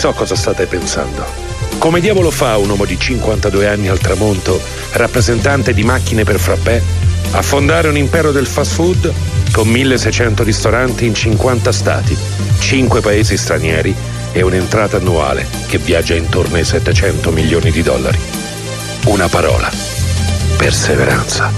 So cosa state pensando. Come diavolo fa un uomo di 52 anni al tramonto, rappresentante di macchine per frappè, a fondare un impero del fast food con 1600 ristoranti in 50 stati, 5 paesi stranieri e un'entrata annuale che viaggia intorno ai $700 milioni? Una parola: perseveranza.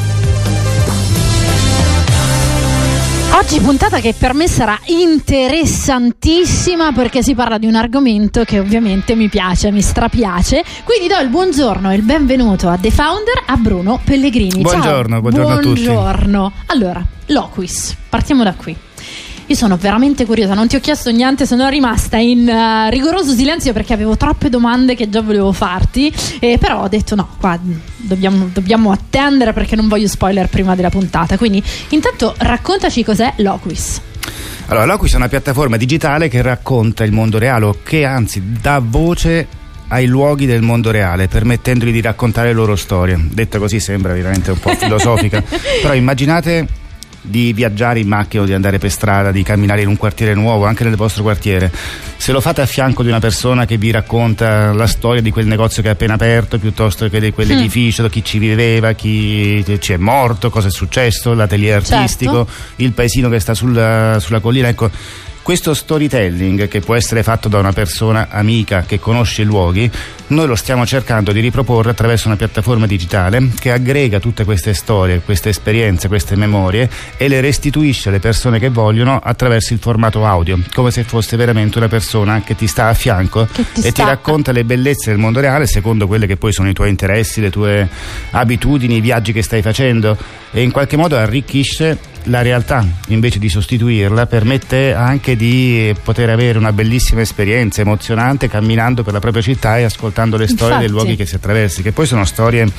Oggi puntata che per me sarà interessantissima, perché si parla di un argomento che ovviamente mi piace, mi strapiace. Quindi do il buongiorno e il benvenuto a The Founder, a Bruno Pellegrini. Buongiorno, ciao. Buongiorno a tutti. Buongiorno. Allora, Loquis, partiamo da qui. Io sono veramente curiosa, non ti ho chiesto niente, sono rimasta in rigoroso silenzio perché avevo troppe domande che già volevo farti, però ho detto no, qua dobbiamo attendere perché non voglio spoiler prima della puntata. Quindi intanto raccontaci cos'è Loquis. Allora, Loquis è una piattaforma digitale che racconta il mondo reale, o che anzi dà voce ai luoghi del mondo reale, permettendogli di raccontare le loro storie. Detta così sembra veramente un po' filosofica, però immaginate di viaggiare in macchina o di andare per strada, di camminare in un quartiere nuovo, anche nel vostro quartiere. Se lo fate a fianco di una persona che vi racconta la storia di quel negozio che è appena aperto, piuttosto che di quell'edificio, chi ci viveva, chi ci è morto, cosa è successo, l'atelier artistico, certo, il paesino che sta sulla collina, ecco. Questo storytelling, che può essere fatto da una persona amica che conosce i luoghi, noi lo stiamo cercando di riproporre attraverso una piattaforma digitale che aggrega tutte queste storie, queste esperienze, queste memorie e le restituisce alle persone che vogliono attraverso il formato audio, come se fosse veramente una persona che ti sta a fianco e ti racconta le bellezze del mondo reale secondo quelle che poi sono i tuoi interessi, le tue abitudini, i viaggi che stai facendo, e in qualche modo arricchisce la realtà invece di sostituirla, permette anche di poter avere una bellissima esperienza emozionante camminando per la propria città e ascoltando le storie dei luoghi che si attraversi, che poi sono storie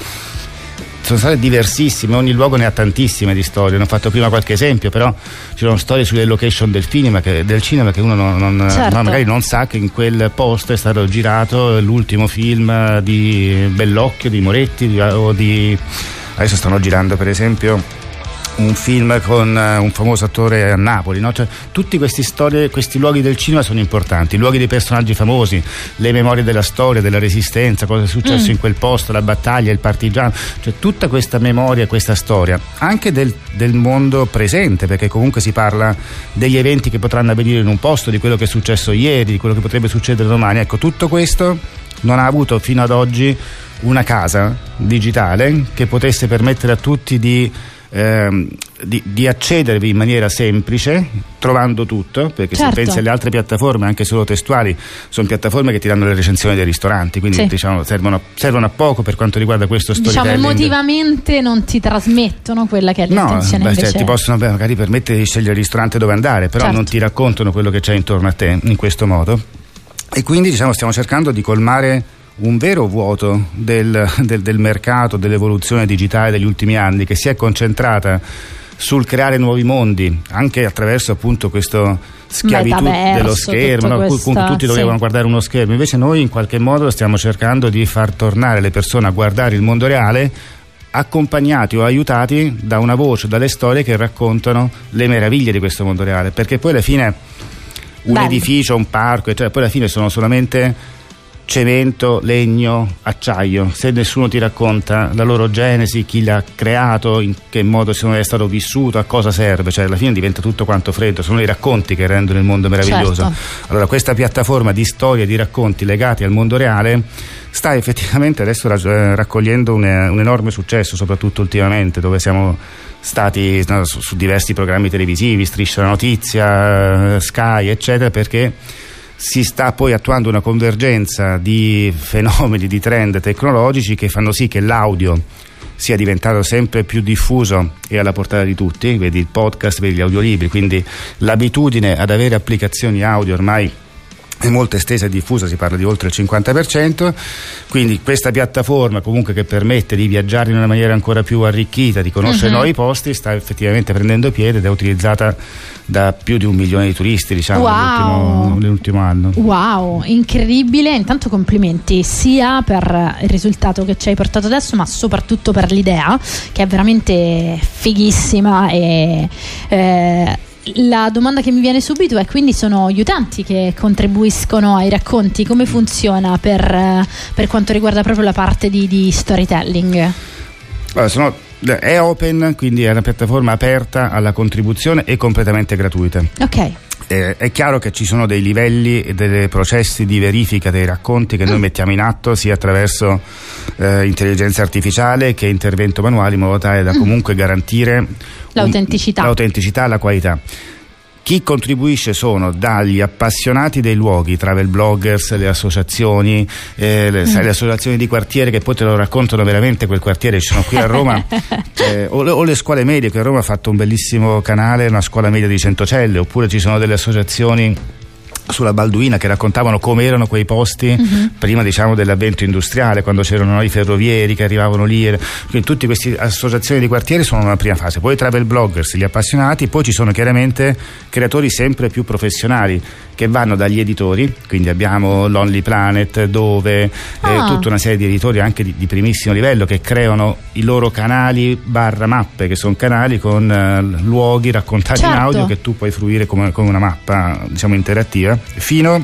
diversissime, ogni luogo ne ha tantissime di storie. Ne ho fatto prima qualche esempio, però ci sono storie sulle location del cinema che uno certo, magari non sa che in quel posto è stato girato l'ultimo film di Bellocchio, di Moretti, adesso stanno girando per esempio un film con un famoso attore a Napoli, no? Cioè, tutti questi luoghi del cinema sono importanti, i luoghi dei personaggi famosi, le memorie della storia, della resistenza, cosa è successo in quel posto, la battaglia, il partigiano, cioè tutta questa memoria, questa storia, anche del mondo presente, perché comunque si parla degli eventi che potranno avvenire in un posto, di quello che è successo ieri, di quello che potrebbe succedere domani. Ecco, tutto questo non ha avuto fino ad oggi una casa digitale che potesse permettere a tutti di accedervi in maniera semplice, trovando tutto, perché certo, se pensi alle altre piattaforme anche solo testuali, sono piattaforme che ti danno le recensioni dei ristoranti, quindi diciamo servono a poco per quanto riguarda questo storytelling. Diciamo emotivamente non ti trasmettono quella che è l'intenzione. No, invece ti possono magari permettere di scegliere il ristorante dove andare, però certo, non ti raccontano quello che c'è intorno a te in questo modo, e quindi diciamo stiamo cercando di colmare un vero vuoto del mercato, dell'evoluzione digitale degli ultimi anni, che si è concentrata sul creare nuovi mondi, anche attraverso appunto questo schiavitù dello schermo, no? Tutti dovevano guardare uno schermo. Invece noi in qualche modo stiamo cercando di far tornare le persone a guardare il mondo reale, accompagnati o aiutati da una voce, dalle storie che raccontano le meraviglie di questo mondo reale, perché poi alla fine edificio, un parco, poi alla fine sono solamente cemento, legno, acciaio. Se nessuno ti racconta la loro genesi, chi l'ha creato, in che modo è stato vissuto, a cosa serve, alla fine diventa tutto quanto freddo. Sono i racconti che rendono il mondo meraviglioso. Certo. Allora questa piattaforma di storie, di racconti legati al mondo reale sta effettivamente adesso raccogliendo un enorme successo, soprattutto ultimamente, dove siamo stati su diversi programmi televisivi, Striscia la Notizia, Sky, eccetera, perché si sta poi attuando una convergenza di fenomeni, di trend tecnologici che fanno sì che l'audio sia diventato sempre più diffuso e alla portata di tutti, vedi il podcast, vedi gli audiolibri, quindi l'abitudine ad avere applicazioni audio ormai è molto estesa e diffusa, si parla di oltre il 50%, quindi questa piattaforma comunque che permette di viaggiare in una maniera ancora più arricchita, di conoscere nuovi posti, sta effettivamente prendendo piede ed è utilizzata da più di 1 milione di turisti, diciamo, nell'ultimo anno. Wow, incredibile. Intanto complimenti sia per il risultato che ci hai portato adesso, ma soprattutto per l'idea, che è veramente fighissima, e la domanda che mi viene subito è: quindi sono gli utenti che contribuiscono ai racconti? Come funziona per quanto riguarda proprio la parte di storytelling? Allora, è open, quindi è una piattaforma aperta alla contribuzione e completamente gratuita. Ok. È chiaro che ci sono dei livelli e dei processi di verifica dei racconti che noi mettiamo in atto sia attraverso intelligenza artificiale che intervento manuale, in modo tale da comunque garantire l'autenticità e la qualità. Chi contribuisce sono dagli appassionati dei luoghi, travel bloggers, le associazioni, le associazioni di quartiere che poi te lo raccontano veramente quel quartiere. Ci sono qui a Roma o le scuole medie, che a Roma ha fatto un bellissimo canale, una scuola media di Centocelle, oppure ci sono delle associazioni sulla Balduina che raccontavano come erano quei posti prima, diciamo, dell'avvento industriale, quando c'erano i ferrovieri che arrivavano lì. Quindi tutte queste associazioni di quartiere sono una prima fase, poi i travel bloggers, gli appassionati, poi ci sono chiaramente creatori sempre più professionali che vanno dagli editori, quindi abbiamo Lonely Planet, Dove, tutta una serie di editori anche di primissimo livello che creano i loro canali /mappe, che sono canali con luoghi raccontati in audio che tu puoi fruire come una mappa, diciamo, interattiva, fino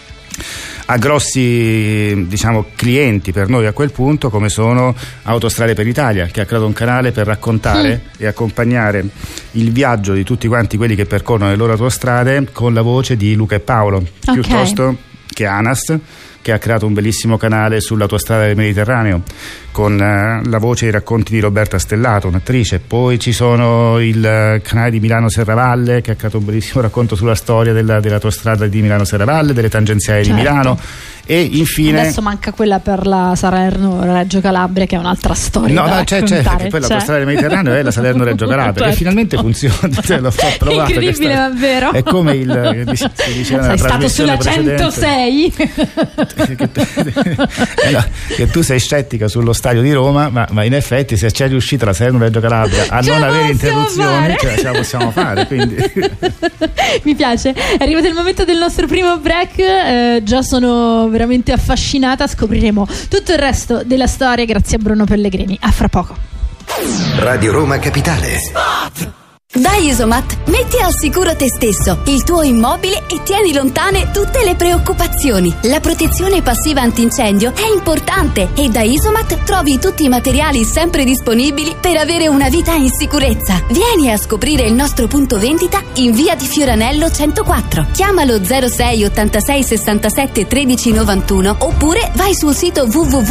a grossi, diciamo, clienti per noi a quel punto, come sono Autostrade per l'Italia, che ha creato un canale per raccontare e accompagnare il viaggio di tutti quanti quelli che percorrono le loro autostrade con la voce di Luca e Paolo, piuttosto che Anas, che ha creato un bellissimo canale sull'autostrada del Mediterraneo con la voce e i racconti di Roberta Stellato, un'attrice. Poi ci sono il canale di Milano Serravalle, che ha creato un bellissimo racconto sulla storia dell'autostrada di Milano Serravalle, delle tangenziali di Milano. E infine adesso manca quella per la Salerno-Reggio Calabria, che è un'altra storia. C'è che poi l'autostrada del Mediterraneo è la Salerno-Reggio Calabria, che finalmente funziona. L'ho provato. Incredibile, davvero. È come si diceva nella trasmissione precedente. Sei stato sulla 106 che tu sei scettica sullo stadio di Roma, ma in effetti se c'è riuscita la Salerno-Reggio Calabria a non avere interruzioni, ce la possiamo fare, quindi. Mi piace. È arrivato il momento del nostro primo break. Già sono veramente affascinata, scopriremo tutto il resto della storia grazie a Bruno Pellegrini. A fra poco. Radio Roma Capitale. Spot. Da Isomat metti al sicuro te stesso, il tuo immobile e tieni lontane tutte le preoccupazioni. La protezione passiva antincendio è importante e da Isomat trovi tutti i materiali sempre disponibili per avere una vita in sicurezza. Vieni a scoprire il nostro punto vendita in via di Fioranello 104. Chiamalo 06 86 67 13 91 oppure vai sul sito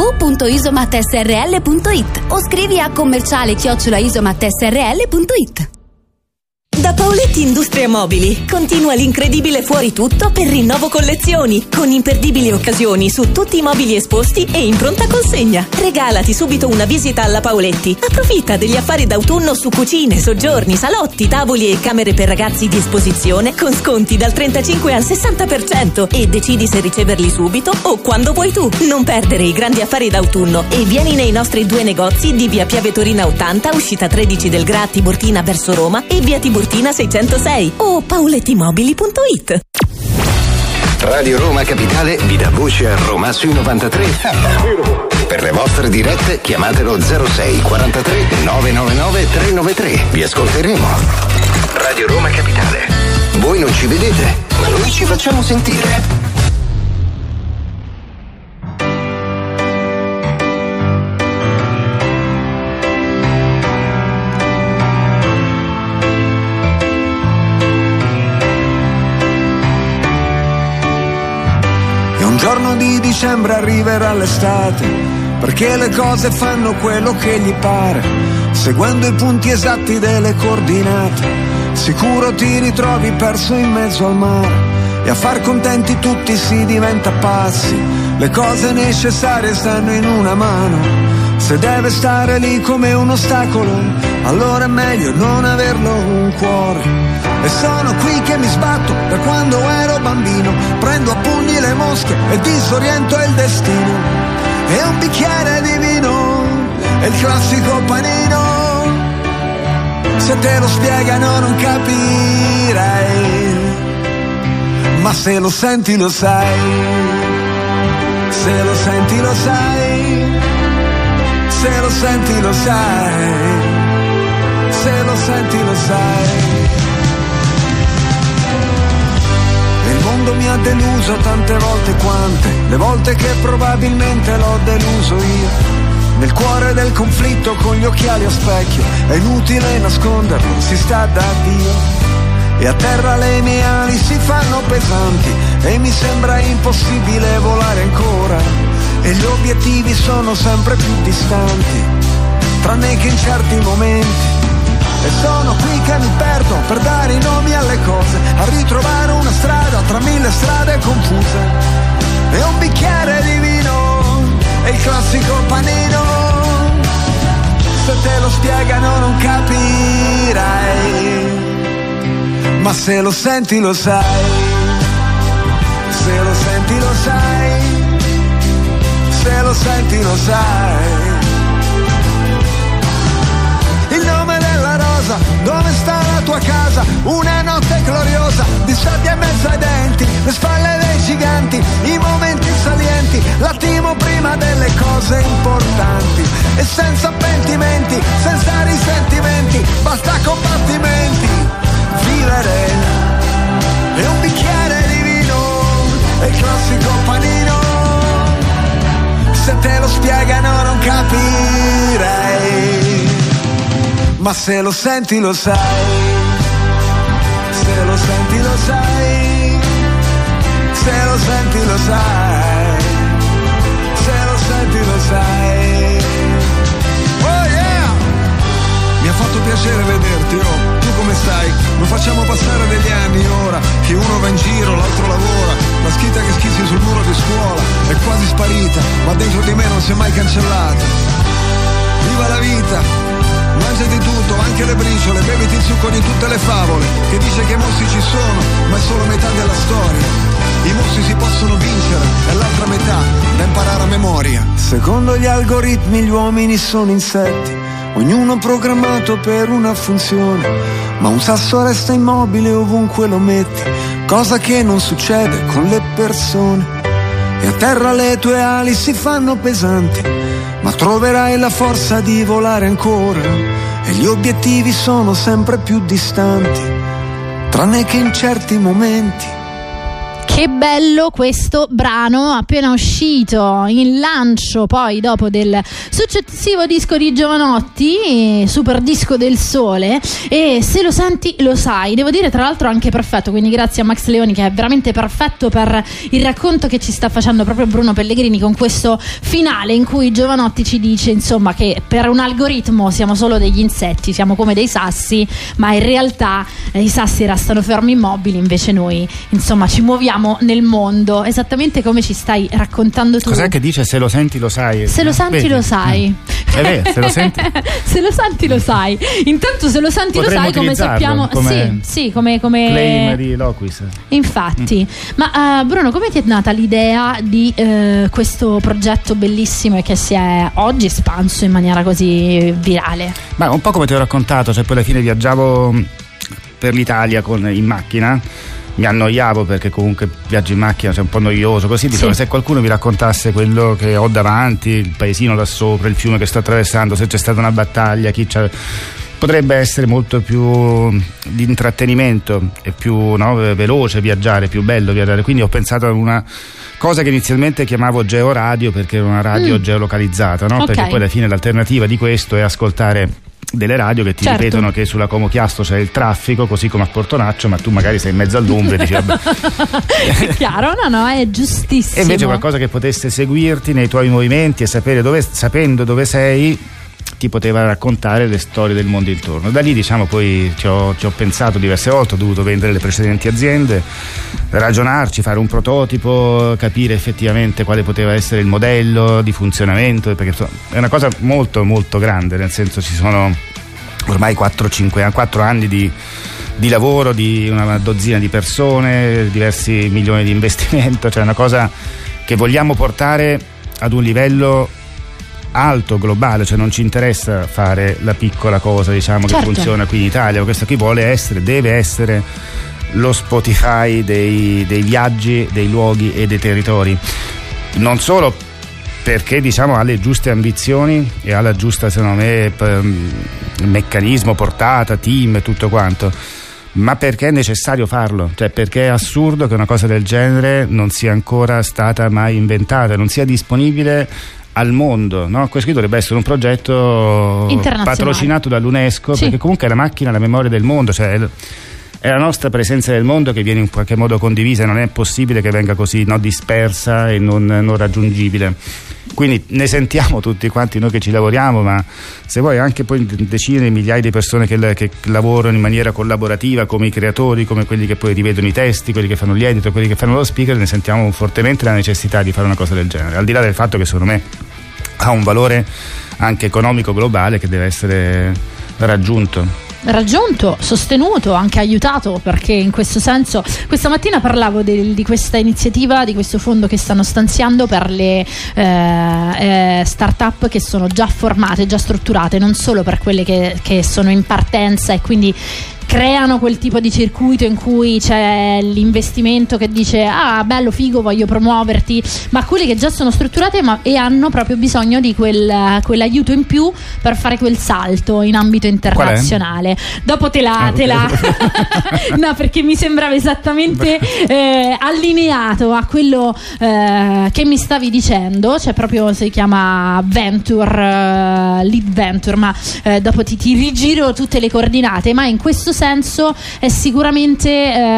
www.isomatsrl.it o scrivi a commerciale@isomatsrl.it. Da Paoletti Industria Mobili continua l'incredibile fuori tutto per rinnovo collezioni, con imperdibili occasioni su tutti i mobili esposti e in pronta consegna. Regalati subito una visita alla Paoletti. Approfitta degli affari d'autunno su cucine, soggiorni, salotti, tavoli e camere per ragazzi di esposizione con sconti dal 35 al 60% e decidi se riceverli subito o quando vuoi tu. Non perdere i grandi affari d'autunno e vieni nei nostri 2 negozi di via Piave Torina 80, uscita 13 del Gra Tiburtina verso Roma, e via Tiburtina 606 o paolettimobili.it. Radio Roma Capitale vi dà voce a Roma sui 93. Per le vostre dirette chiamatelo 06 43 999 393. Vi ascolteremo. Radio Roma Capitale. Voi non ci vedete, ma noi ci facciamo sentire. Un giorno di dicembre arriverà l'estate, perché le cose fanno quello che gli pare, seguendo i punti esatti delle coordinate. Sicuro ti ritrovi perso in mezzo al mare e a far contenti tutti si diventa pazzi. Le cose necessarie stanno in una mano, se deve stare lì come un ostacolo, allora è meglio non averlo un cuore. E sono qui che mi sbatto da quando ero bambino, prendo a pugni le mosche e disoriento il destino. E un bicchiere di vino è il classico panino, se te lo spiegano non capirai, ma se lo senti lo sai, se lo senti lo sai, se lo senti lo sai, se lo senti lo sai. quando mi ha deluso tante volte quante, le volte che probabilmente l'ho deluso io. Nel cuore del conflitto con gli occhiali a specchio, è inutile nasconderlo, si sta da Dio. E a terra le mie ali si fanno pesanti e mi sembra impossibile volare ancora. E gli obiettivi sono sempre più distanti, tranne che in certi momenti. E sono qui che mi perdo per dare i nomi alle cose, a ritrovare una strada tra mille strade confuse. E un bicchiere di vino e il classico panino, se te lo spiegano non capirai, ma se lo senti lo sai, se lo senti lo sai, se lo senti lo sai. Il nome della rosa, dove sta la tua casa? Una notte gloriosa, di sabbia in mezzo ai denti, le spalle dei giganti, i momenti salienti, l'attimo prima delle cose importanti. E senza pentimenti, senza risentimenti, basta combattimenti, vivere. E un bicchiere di vino e il classico panino, se te lo spiegano non capirei, ma se lo senti lo sai, se lo senti lo sai, se lo senti lo sai, se lo senti lo sai. Oh yeah! Mi ha fatto piacere vederti, oh. Tu come stai? Lo facciamo passare degli anni ora, che uno va in giro, l'altro lavora, la scritta che schizzi sul muro di scuola è quasi sparita, ma dentro di me non si è mai cancellata. Viva la vita! Mangiati tutto, anche le briciole, beviti il succo di tutte le favole, che dice che i mostri ci sono, ma è solo metà della storia. I mostri si possono vincere, è l'altra metà da imparare a memoria. Secondo gli algoritmi gli uomini sono insetti, ognuno programmato per una funzione, ma un sasso resta immobile ovunque lo metti, cosa che non succede con le persone. E a terra le tue ali si fanno pesanti, ma troverai la forza di volare ancora. E gli obiettivi sono sempre più distanti, tranne che in certi momenti. Che bello questo brano appena uscito in lancio poi dopo del successivo disco di Jovanotti, Super Disco del Sole, e se lo senti lo sai, devo dire tra l'altro anche perfetto, quindi grazie a Max Leoni che è veramente perfetto per il racconto che ci sta facendo proprio Bruno Pellegrini con questo finale in cui Jovanotti ci dice insomma che per un algoritmo siamo solo degli insetti, siamo come dei sassi, ma in realtà i sassi restano fermi immobili, invece noi insomma ci muoviamo nel mondo, esattamente come ci stai raccontando tu. Cos'è che dice se lo senti lo sai? Se lo senti vedi? Lo sai. È vero, se lo senti se lo senti lo sai. Intanto se lo senti potremmo lo sai, come sappiamo come sì, come claim di Loquis. Infatti. Ma Bruno, come ti è nata l'idea di questo progetto bellissimo e che si è oggi espanso in maniera così virale? Ma un po' come ti ho raccontato, cioè poi alla fine viaggiavo per l'Italia in macchina, mi annoiavo perché comunque viaggio in macchina, cioè un po' noioso, così dicevo, se qualcuno mi raccontasse quello che ho davanti, il paesino là sopra, il fiume che sto attraversando, se c'è stata una battaglia, potrebbe essere molto più di intrattenimento e più veloce viaggiare, più bello viaggiare. Quindi ho pensato a una cosa che inizialmente chiamavo georadio, perché era una radio geolocalizzata, no? Okay. Perché poi alla fine l'alternativa di questo è ascoltare delle radio che ti ripetono che sulla Como Chiasto c'è il traffico, così come a Portonaccio, ma tu magari sei in mezzo all'Umbria e dici vabbè. È chiaro, no, è giustissimo. E invece qualcosa che potesse seguirti nei tuoi movimenti e sapendo dove sei, ti poteva raccontare le storie del mondo intorno. Da lì poi ci ho pensato diverse volte, ho dovuto vendere le precedenti aziende, ragionarci, fare un prototipo, capire effettivamente quale poteva essere il modello di funzionamento, perché è una cosa molto molto grande, nel senso ci sono ormai 4 anni di lavoro, di una dozzina di persone, diversi milioni di investimento, cioè una cosa che vogliamo portare ad un livello alto, globale, cioè non ci interessa fare la piccola cosa che funziona qui in Italia, questo qui deve essere lo Spotify dei viaggi, dei luoghi e dei territori, non solo perché ha le giuste ambizioni e ha la giusta, secondo me, meccanismo, portata, team e tutto quanto, ma perché è necessario farlo, cioè perché è assurdo che una cosa del genere non sia ancora stata mai inventata, non sia disponibile al mondo, no? Questo dovrebbe essere un progetto patrocinato dall'UNESCO, sì, perché comunque è la macchina, la memoria del mondo, cioè è la nostra presenza nel mondo che viene in qualche modo condivisa, non è possibile che venga così, no, dispersa e non raggiungibile. Quindi ne sentiamo tutti quanti noi che ci lavoriamo, ma se vuoi anche poi decine di migliaia di persone che lavorano in maniera collaborativa, come i creatori, come quelli che poi rivedono i testi, quelli che fanno gli editor, quelli che fanno lo speaker, ne sentiamo fortemente la necessità di fare una cosa del genere, al di là del fatto che secondo me ha un valore anche economico globale che deve essere raggiunto, sostenuto, anche aiutato, perché in questo senso questa mattina parlavo di questa iniziativa, di questo fondo che stanno stanziando per le start-up che sono già formate, già strutturate, non solo per quelle che sono in partenza e quindi creano quel tipo di circuito in cui c'è l'investimento che dice bello, figo, voglio promuoverti, ma quelle che già sono strutturate e hanno proprio bisogno di quell'aiuto in più per fare quel salto in ambito internazionale. Dopo te la no, perché mi sembrava esattamente allineato a quello che mi stavi dicendo, cioè proprio si chiama Venture, Lead Venture, ma dopo ti rigiro tutte le coordinate, ma in questo senso è sicuramente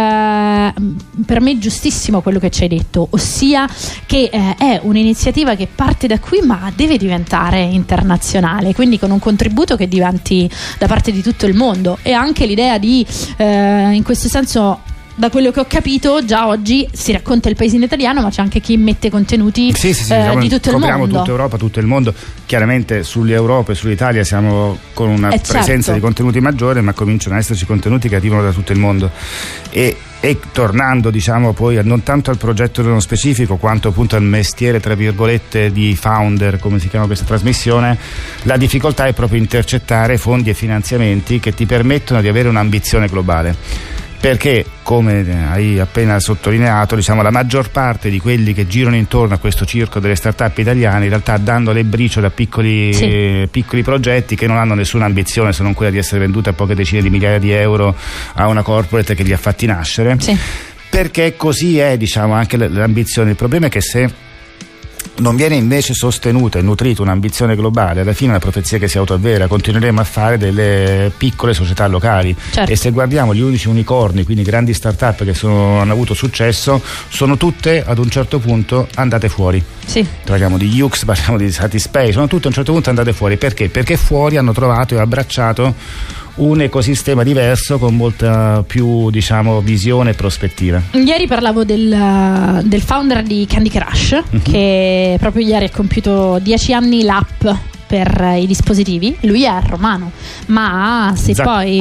per me giustissimo quello che ci hai detto, ossia che è un'iniziativa che parte da qui ma deve diventare internazionale, quindi con un contributo che diventi da parte di tutto il mondo, e anche l'idea di in questo senso, da quello che ho capito, già oggi si racconta il paesino italiano, ma c'è anche chi mette contenuti di tutto il mondo. Copriamo tutta Europa, tutto il mondo. Chiaramente sull'Europa e sull'Italia siamo con una presenza di contenuti maggiore, ma cominciano ad esserci contenuti che arrivano da tutto il mondo. E tornando, diciamo, poi non tanto al progetto nello specifico, quanto appunto al mestiere, tra virgolette, di founder, come si chiama questa trasmissione, la difficoltà è proprio intercettare fondi e finanziamenti che ti permettono di avere un'ambizione globale. Perché, come hai appena sottolineato, diciamo, la maggior parte di quelli che girano intorno a questo circo delle start-up italiane in realtà danno le briciole a piccoli progetti che non hanno nessuna ambizione se non quella di essere venduti a poche decine di migliaia di euro a una corporate che li ha fatti nascere. Sì. Perché così è, diciamo, anche l'ambizione. Il problema è che se non viene invece sostenuta e nutrita un'ambizione globale, alla fine la profezia che si autoavvera, continueremo a fare delle piccole società locali. Certo. E se guardiamo gli unici unicorni, quindi grandi start-up che hanno avuto successo, sono tutte ad un certo punto andate fuori. Sì. Parliamo di Yux, parliamo di Satispay, sono tutte a un certo punto andate fuori. Perché? Perché fuori hanno trovato e abbracciato un ecosistema diverso con molta più, diciamo, visione e prospettiva. Ieri parlavo del founder di Candy Crush, che proprio ieri ha compiuto 10 anni l'app per i dispositivi. Lui è romano, ma se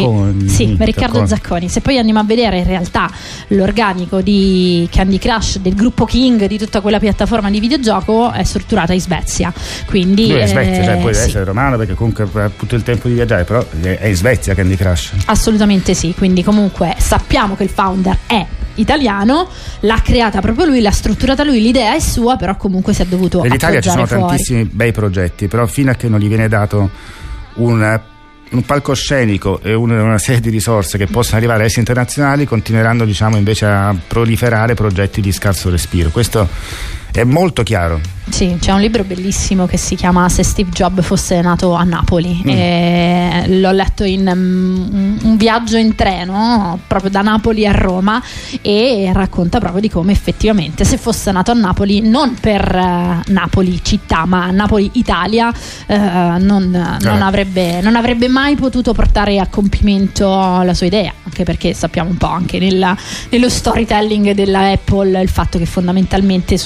Riccardo Zacconi, se poi andiamo a vedere in realtà l'organico di Candy Crush, del gruppo King, di tutta quella piattaforma di videogioco, è strutturata in Svezia. Quindi lui è in Svezia, cioè può essere romano perché comunque ha tutto il tempo di viaggiare, però è in Svezia Candy Crush. Assolutamente sì, quindi comunque sappiamo che il founder è italiano, l'ha creata proprio lui, l'ha strutturata lui, l'idea è sua, però comunque si è dovuto appoggiare fuori. In Italia ci sono tantissimi bei progetti, però fino a che non gli viene dato un palcoscenico e una serie di risorse che possano arrivare a essi internazionali, continueranno, diciamo, invece a proliferare progetti di scarso respiro. Questo è molto chiaro. Sì, c'è un libro bellissimo che si chiama Se Steve Jobs fosse nato a Napoli, e l'ho letto in un viaggio in treno proprio da Napoli a Roma, e racconta proprio di come effettivamente se fosse nato a Napoli, non per Napoli città ma Napoli Italia, non avrebbe mai potuto portare a compimento la sua idea, anche perché sappiamo un po' anche nello storytelling della Apple il fatto che fondamentalmente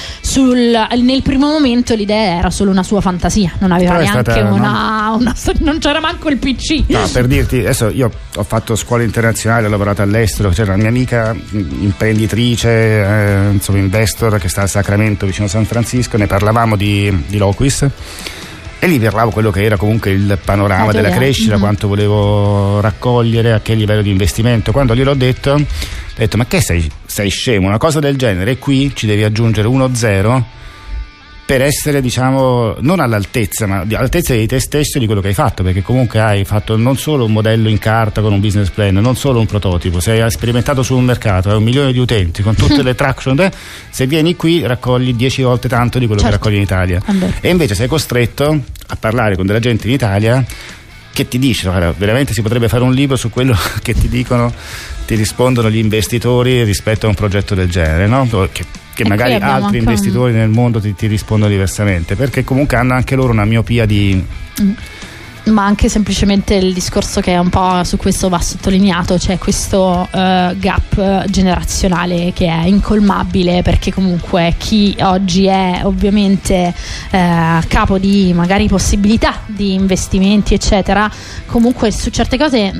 nel primo momento l'idea era solo una sua fantasia, non aveva neanche non c'era manco il PC. No, per dirti, adesso io ho fatto scuola internazionale, ho lavorato all'estero, c'era una mia amica imprenditrice, insomma investor, che sta a Sacramento vicino a San Francisco, ne parlavamo di Loquis e lì parlavo quello che era comunque il panorama della crescita, quanto volevo raccogliere, a che livello di investimento. Quando gliel'ho detto, ho detto: ma che sei scemo, una cosa del genere, qui ci devi aggiungere 1-0 per essere, diciamo, non all'altezza, ma all'altezza di te stesso e di quello che hai fatto, perché comunque hai fatto non solo un modello in carta con un business plan, non solo un prototipo, se hai sperimentato su un mercato, hai 1 milione di utenti con tutte le traction, se vieni qui raccogli 10 volte tanto di quello che raccogli in Italia. E invece sei costretto a parlare con della gente in Italia che ti dice, guarda, veramente si potrebbe fare un libro su quello che ti dicono, ti rispondono gli investitori rispetto a un progetto del genere, no? Che magari altri investitori nel mondo ti rispondono diversamente, perché comunque hanno anche loro una miopia di... Ma anche semplicemente il discorso che è un po' su questo va sottolineato, c'è questo gap generazionale che è incolmabile, perché comunque chi oggi è ovviamente capo di magari possibilità di investimenti eccetera, comunque su certe cose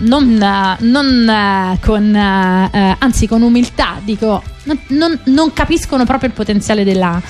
anzi con umiltà dico non capiscono proprio il potenziale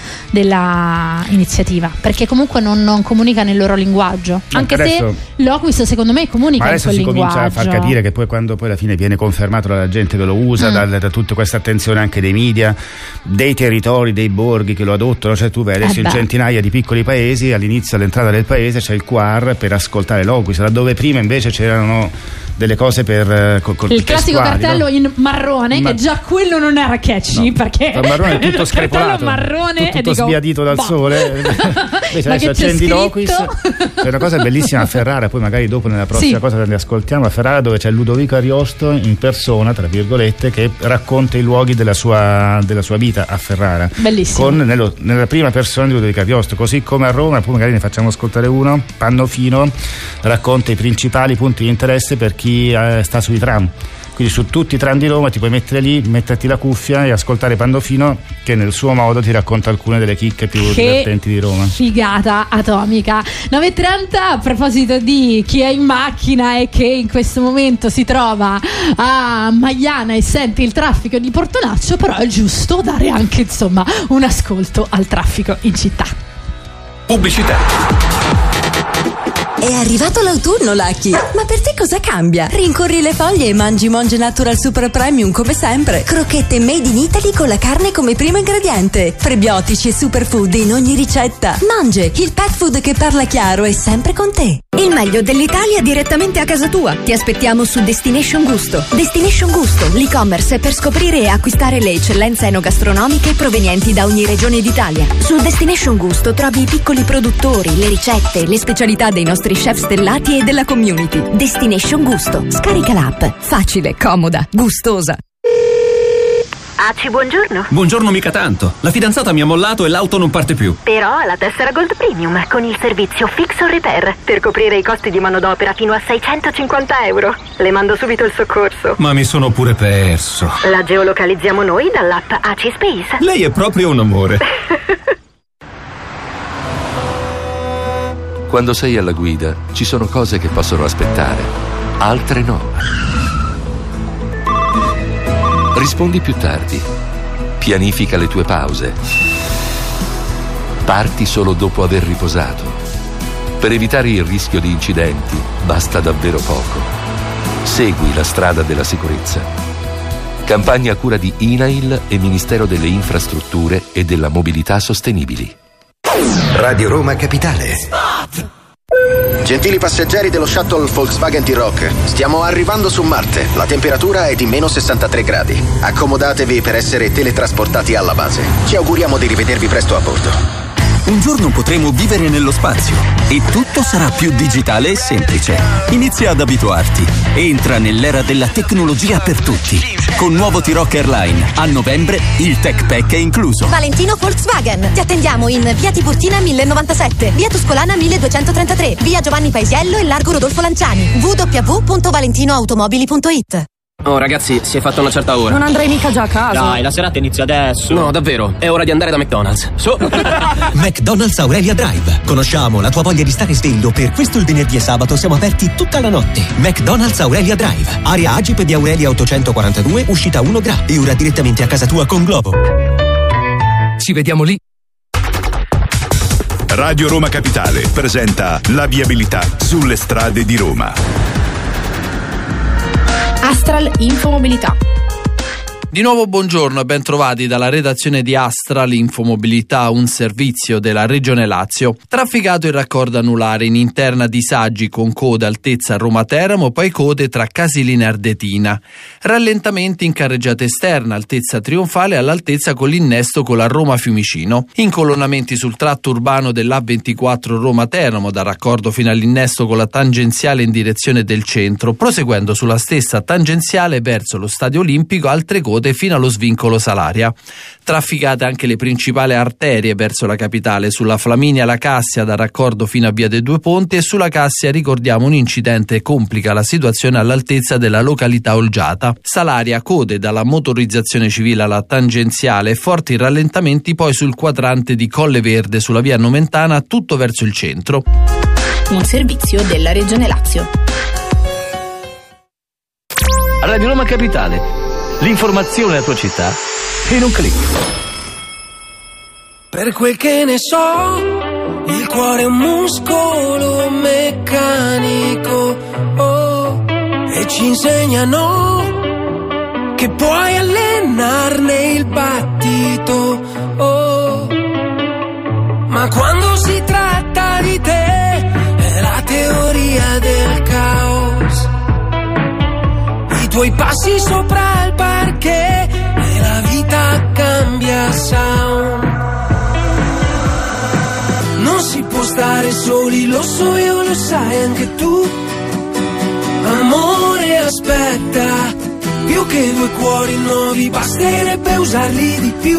della iniziativa, perché comunque non comunicano il loro linguaggio, anche se l'Oquis secondo me comunica in quel linguaggio. Ma adesso si comincia a far capire che poi quando poi alla fine viene confermato dalla gente che lo usa, da tutta questa attenzione anche dei media, dei territori, dei borghi che lo adottano, cioè tu vedi adesso in centinaia di piccoli paesi all'inizio, all'entrata del paese c'è il QR per ascoltare l'Oquis, laddove prima invece c'erano delle cose per il classico cartello, no? In marrone, che già quello non era catchy, no, perché il marrone è tutto screpolato, marrone tutto sbiadito dal sole. Invece adesso accendi l'Oquis, c'è una cosa bellissima a Ferrara, poi magari dopo nella prossima cosa che ne ascoltiamo, a Ferrara, dove c'è Ludovico Ariosto in persona, tra virgolette, che racconta i luoghi della sua vita a Ferrara, bellissimo, nella prima persona di Ludovico Ariosto, così come a Roma. Poi magari ne facciamo ascoltare uno. Pannofino racconta i principali punti di interesse per chi sta sui tram, quindi su tutti i tram di Roma ti puoi mettere lì, metterti la cuffia e ascoltare Pandolfino, che nel suo modo ti racconta alcune delle chicche più divertenti di Roma. Figata atomica. 9:30, a proposito di chi è in macchina e che in questo momento si trova a Magliana e sente il traffico di Portonaccio, però è giusto dare anche insomma un ascolto al traffico in città. Pubblicità. È arrivato l'autunno, Lucky. Ma per te cosa cambia? Rincorri le foglie e mangi Monge Natural Super Premium come sempre. Crocchette made in Italy con la carne come primo ingrediente. Prebiotici e superfood in ogni ricetta. Monge, il pet food che parla chiaro è sempre con te. Il meglio dell'Italia direttamente a casa tua. Ti aspettiamo su Destination Gusto. Destination Gusto, l'e-commerce per scoprire e acquistare le eccellenze enogastronomiche provenienti da ogni regione d'Italia. Su Destination Gusto trovi i piccoli produttori, le ricette, le specialità dei nostri chef stellati e della community. Destination Gusto. Scarica l'app. Facile, comoda, gustosa. Aci, buongiorno. Buongiorno mica tanto. La fidanzata mi ha mollato e l'auto non parte più. Però ha la tessera Gold Premium con il servizio Fix or Repair per coprire i costi di manodopera fino a €650. Le mando subito il soccorso. Ma mi sono pure perso. La geolocalizziamo noi dall'app Aci Space. Lei è proprio un amore. Quando sei alla guida ci sono cose che possono aspettare, altre no. Rispondi più tardi. Pianifica le tue pause. Parti solo dopo aver riposato. Per evitare il rischio di incidenti basta davvero poco. Segui la strada della sicurezza. Campagna a cura di INAIL e Ministero delle Infrastrutture e della Mobilità Sostenibili. Radio Roma Capitale. Gentili passeggeri dello shuttle Volkswagen T-Roc, stiamo arrivando su Marte. La temperatura è di meno 63 gradi. Accomodatevi per essere teletrasportati alla base. Ci auguriamo di rivedervi presto a bordo. Un giorno potremo vivere nello spazio e tutto sarà più digitale e semplice. Inizia ad abituarti. Entra nell'era della tecnologia per tutti. Con nuovo T-Roc Airline, a novembre il Tech Pack è incluso. Valentino Volkswagen. Ti attendiamo in via Tiburtina 1097, via Tuscolana 1233, via Giovanni Paesiello e largo Rodolfo Lanciani. www.valentinoautomobili.it. Oh ragazzi, si è fatta una certa ora. Non andrei mica già a casa. Dai, la serata inizia adesso. No, davvero, è ora di andare da McDonald's. Su. McDonald's Aurelia Drive. Conosciamo la tua voglia di stare sveglio. Per questo il venerdì e sabato siamo aperti tutta la notte. McDonald's Aurelia Drive. Area Agip di Aurelia 842, uscita 1 Gra. E ora direttamente a casa tua con Globo. Ci vediamo lì. Radio Roma Capitale presenta la viabilità sulle strade di Roma. Astral Infomobilità. Di nuovo buongiorno e ben trovati dalla redazione di Astra, l'infomobilità, un servizio della Regione Lazio. Trafficato il raccordo anulare in interna disagi con code altezza Roma-Teramo, poi code tra Casilina e Ardetina. Rallentamenti in carreggiata esterna, altezza Trionfale, all'altezza con l'innesto con la Roma-Fiumicino. Incolonnamenti sul tratto urbano dell'A24 Roma-Teramo, dal raccordo fino all'innesto con la tangenziale in direzione del centro, proseguendo sulla stessa tangenziale verso lo Stadio Olimpico, altre code fino allo svincolo Salaria. Trafficate anche le principali arterie verso la capitale, sulla Flaminia La Cassia dal raccordo fino a Via dei Due Ponti, e sulla Cassia ricordiamo un incidente complica la situazione all'altezza della località Olgiata. Salaria, code dalla motorizzazione civile alla tangenziale e forti rallentamenti poi sul quadrante di Colle Verde sulla via Nomentana, tutto verso il centro. Un servizio della Regione Lazio. Radio Roma Capitale. L'informazione della tua città in un click. Per quel che ne so, il cuore è un muscolo meccanico, oh, e ci insegnano che puoi allenarne il battito, oh, ma quando si tratta di te è la teoria del caos. I tuoi passi sopra il parquet e la vita cambia sound. Non si può stare soli, lo so io, lo sai anche tu. Amore, aspetta, più che due cuori nuovi basterebbe usarli di più.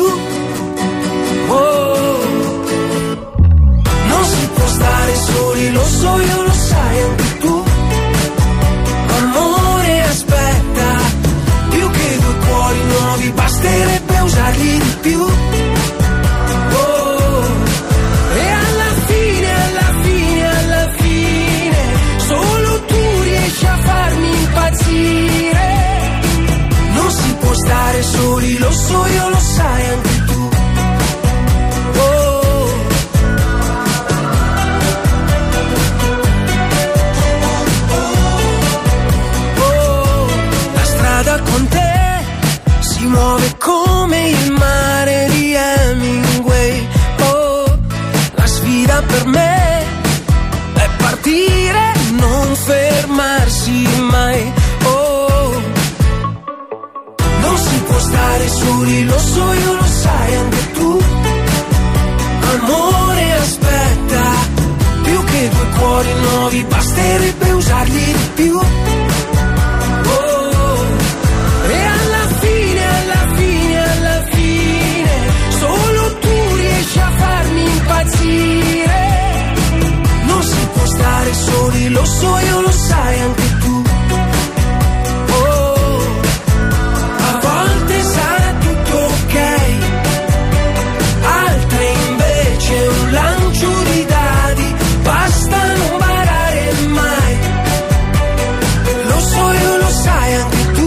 Oh, non si può stare soli, lo so io, lo sai anche tu. Amore, aspetta, più che due cuori nuovi basterebbe usarli di più. Oh, e alla fine solo tu riesci a farmi impazzire. Non si può stare soli, lo so io, lo sai anche tu. Con te si muove come il mare di Hemingway. Oh, la sfida per me è partire, non fermarsi mai. Oh, non si può stare soli, lo so io, lo sai anche tu. Amore, aspetta, più che due cuori nuovi basterebbe usarli di più. Non si può stare soli, lo so io, lo sai anche tu. Oh, a volte sarà tutto ok, altre invece un lancio di dadi, basta non barare mai. Lo so io, lo sai anche tu.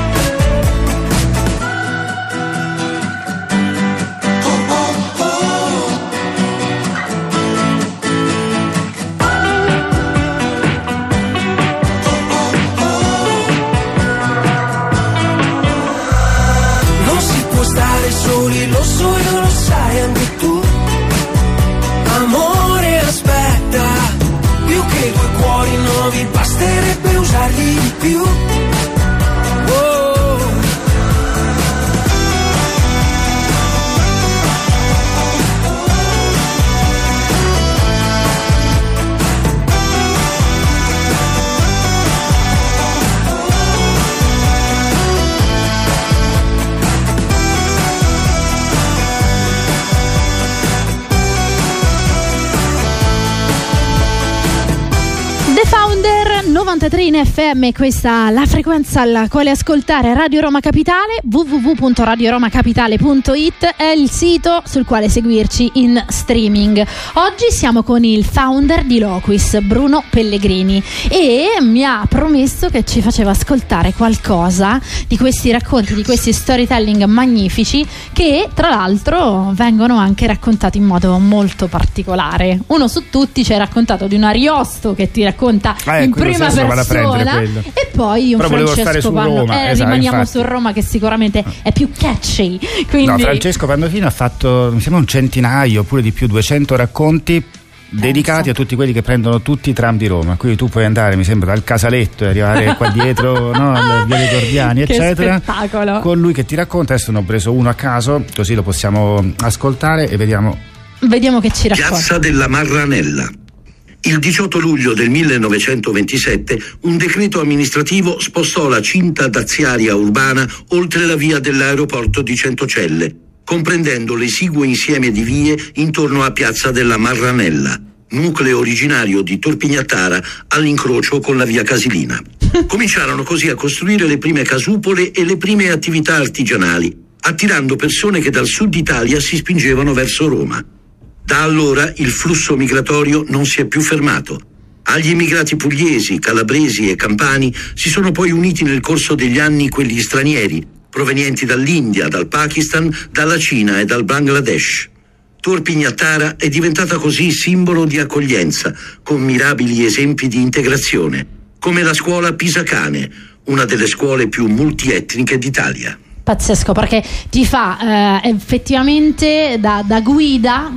Lo so io, lo sai anche tu. Amore, aspetta, più che due cuori nuovi basterebbe usarli di più. The Founder 93 in FM, questa la frequenza alla quale ascoltare Radio Roma Capitale. www.radioromacapitale.it è il sito sul quale seguirci in streaming. Oggi siamo con il founder di Loquis, Bruno Pellegrini, e mi ha promesso che ci faceva ascoltare qualcosa di questi racconti, di questi storytelling magnifici, che tra l'altro vengono anche raccontati in modo molto particolare. Uno su tutti ci hai raccontato di un Ariosto che ti racconta in prima persona lo vado a prendere quello. E poi un però Francesco Roma, rimaniamo infatti. su Roma, che sicuramente è più catchy. Quindi... No, Francesco Pandolfini ha fatto, mi sembra, un centinaio oppure di più, 200 racconti dedicati a tutti quelli che prendono tutti i tram di Roma. Quindi tu puoi andare, mi sembra, dal Casaletto e arrivare qua dietro, no, alla Via dei Gordiani, che eccetera. Spettacolo. Con lui che ti racconta. Adesso ne ho preso uno a caso, così lo possiamo ascoltare e vediamo che ci racconta. Piazza della Marranella. Il 18 luglio del 1927 un decreto amministrativo spostò la cinta daziaria urbana oltre la via dell'aeroporto di Centocelle, comprendendo l'esiguo insieme di vie intorno a Piazza della Marranella, nucleo originario di Torpignattara all'incrocio con la via Casilina. Cominciarono così a costruire le prime casupole e le prime attività artigianali, attirando persone che dal sud Italia si spingevano verso Roma. Da allora il flusso migratorio non si è più fermato. Agli immigrati pugliesi, calabresi e campani si sono poi uniti nel corso degli anni quelli stranieri, provenienti dall'India, dal Pakistan, dalla Cina e dal Bangladesh. Torpignattara è diventata così simbolo di accoglienza, con mirabili esempi di integrazione, come la scuola Pisacane, una delle scuole più multietniche d'Italia. Pazzesco, perché ti fa effettivamente da guida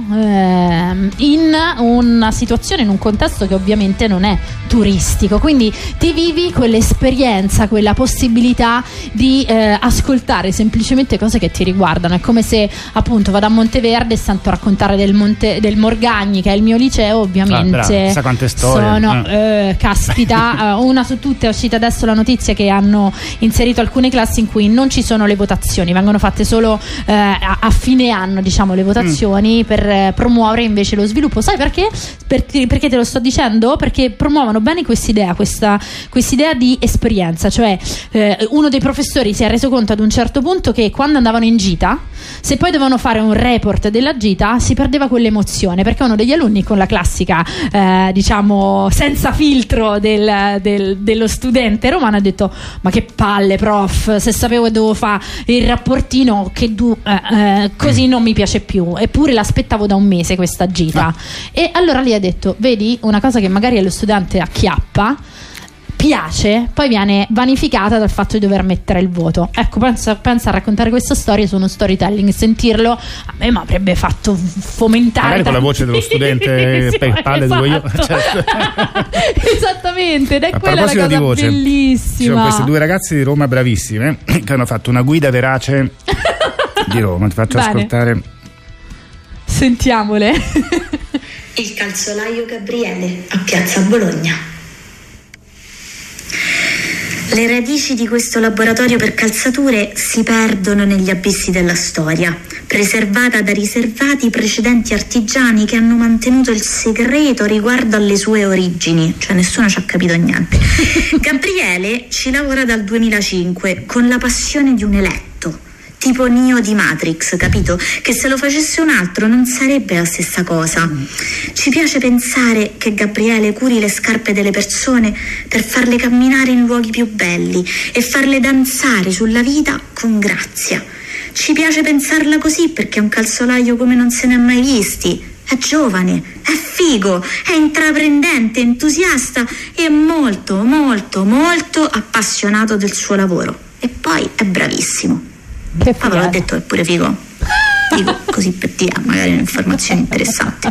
in una situazione, in un contesto che ovviamente non è turistico, quindi ti vivi quell'esperienza, quella possibilità di ascoltare semplicemente cose che ti riguardano. È come se appunto vado a Monteverde e sento raccontare del Morgagni, che è il mio liceo, ovviamente. Sa quante storie. Caspita, una su tutte è uscita adesso la notizia che hanno inserito alcune classi in cui non ci sono le votazioni, vengono fatte solo a fine anno, diciamo, le votazioni per promuovere invece lo sviluppo. Sai perché? Perché te lo sto dicendo? Perché promuovono bene quest'idea di esperienza, cioè uno dei professori si è reso conto ad un certo punto che quando andavano in gita, se poi dovevano fare un report della gita, si perdeva quell'emozione, perché uno degli alunni, con la classica diciamo senza filtro dello studente romano, ha detto: ma che palle prof, se sapevo che dovevo fare il rapportino così non mi piace più, eppure l'aspettavo da un mese questa gita. E allora lì ha detto: vedi, una cosa che magari allo studente acchiappa, piace, poi viene vanificata dal fatto di dover mettere il voto. Ecco, pensa a raccontare questa storia su uno storytelling, sentirlo a me mi avrebbe fatto fomentare magari con la voce dello studente per palle dove io certo. Esattamente, ed è a quella la cosa di voce, bellissima. ci sono queste due ragazze di Roma bravissime che hanno fatto una guida verace di Roma. Ti faccio ascoltare. Sentiamole. Il calzolaio Gabriele a Piazza Bologna. Le radici di questo laboratorio per calzature si perdono negli abissi della storia, preservata da riservati precedenti artigiani che hanno mantenuto il segreto riguardo alle sue origini, cioè nessuno ci ha capito niente. Gabriele ci lavora dal 2005 con la passione di un eletto, tipo Neo di Matrix, capito? Che se lo facesse un altro non sarebbe la stessa cosa. Ci piace pensare che Gabriele curi le scarpe delle persone per farle camminare in luoghi più belli e farle danzare sulla vita con grazia. Ci piace pensarla così perché è un calzolaio come non se ne è mai visti. È giovane, è figo, è intraprendente, entusiasta e molto, molto, molto appassionato del suo lavoro. E poi è bravissimo. Che ve l'ho detto, è pure figo. Dico così per dire magari un'informazione interessante.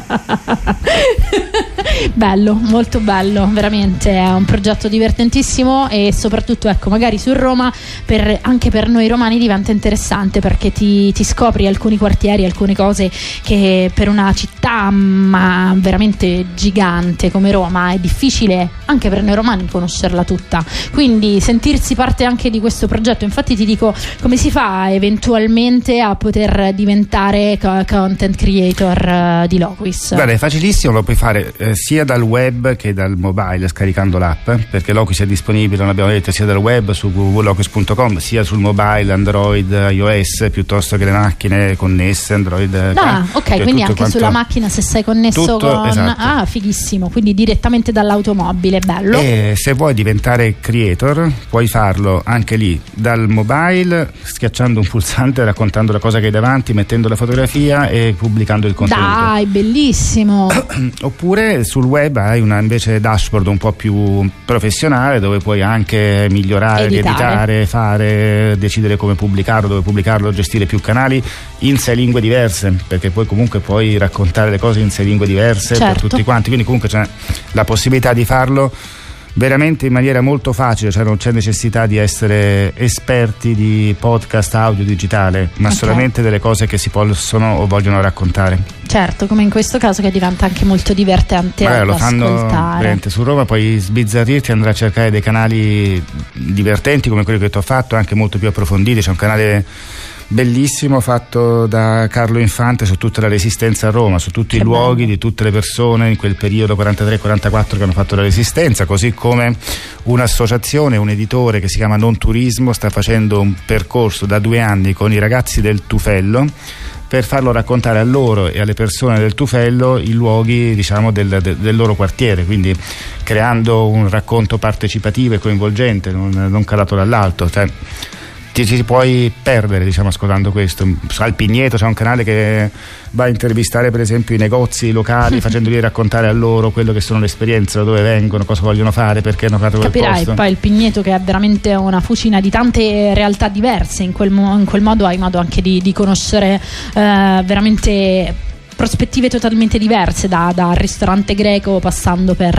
Bello, molto bello, veramente è un progetto divertentissimo e soprattutto, ecco, magari su Roma anche per noi romani diventa interessante, perché ti scopri alcuni quartieri, alcune cose che per una città ma veramente gigante come Roma è difficile anche per noi romani conoscerla tutta, quindi sentirsi parte anche di questo progetto. Infatti ti dico, come si fa eventualmente a poter diventare content creator di Loquis? Guarda, è facilissimo, lo puoi fare sia dal web che dal mobile scaricando l'app, perché Loquis è disponibile, non abbiamo detto, sia dal web su www.loquis.com, sia sul mobile Android, iOS, piuttosto che le macchine connesse Android. Ok, cioè quindi anche sulla macchina se sei connesso tutto, con esatto. Fighissimo, quindi direttamente dall'automobile, bello. E se vuoi diventare creator puoi farlo anche lì dal mobile, schiacciando un pulsante, raccontando la cosa che hai davanti, mettendo la fotografia e pubblicando il contenuto. Dai, bellissimo. Oppure sul web hai una invece dashboard un po' più professionale, dove puoi anche migliorare, rieditare, fare, decidere come pubblicarlo, dove pubblicarlo, gestire più canali in 6 lingue diverse, perché poi comunque puoi raccontare le cose in 6 lingue diverse, certo, per tutti quanti, quindi comunque c'è la possibilità di farlo veramente in maniera molto facile, cioè non c'è necessità di essere esperti di podcast audio digitale, ma solamente delle cose che si possono o vogliono raccontare. Certo, come in questo caso, che diventa anche molto divertente da lo fanno ascoltare. Veramente. Su Roma puoi sbizzarrirti, andare a cercare dei canali divertenti come quelli che ti ho fatto, anche molto più approfonditi. C'è un canale bellissimo fatto da Carlo Infante su tutta la Resistenza a Roma, su tutti i luoghi di tutte le persone in quel periodo 43-44 che hanno fatto la Resistenza, così come un'associazione, un editore che si chiama Non Turismo sta facendo un percorso da 2 anni con i ragazzi del Tufello per farlo raccontare a loro e alle persone del Tufello i luoghi, diciamo, del loro quartiere, quindi creando un racconto partecipativo e coinvolgente, non calato dall'alto. Cioè, ti puoi perdere, diciamo, ascoltando questo. Al Pigneto c'è un canale che va a intervistare per esempio i negozi locali, facendoli raccontare a loro quello che sono le esperienze, da dove vengono, cosa vogliono fare, perché hanno creato quel posto. Capirai, poi il Pigneto, che è veramente una fucina di tante realtà diverse, in quel modo hai modo anche di conoscere veramente prospettive totalmente diverse, dal ristorante greco passando per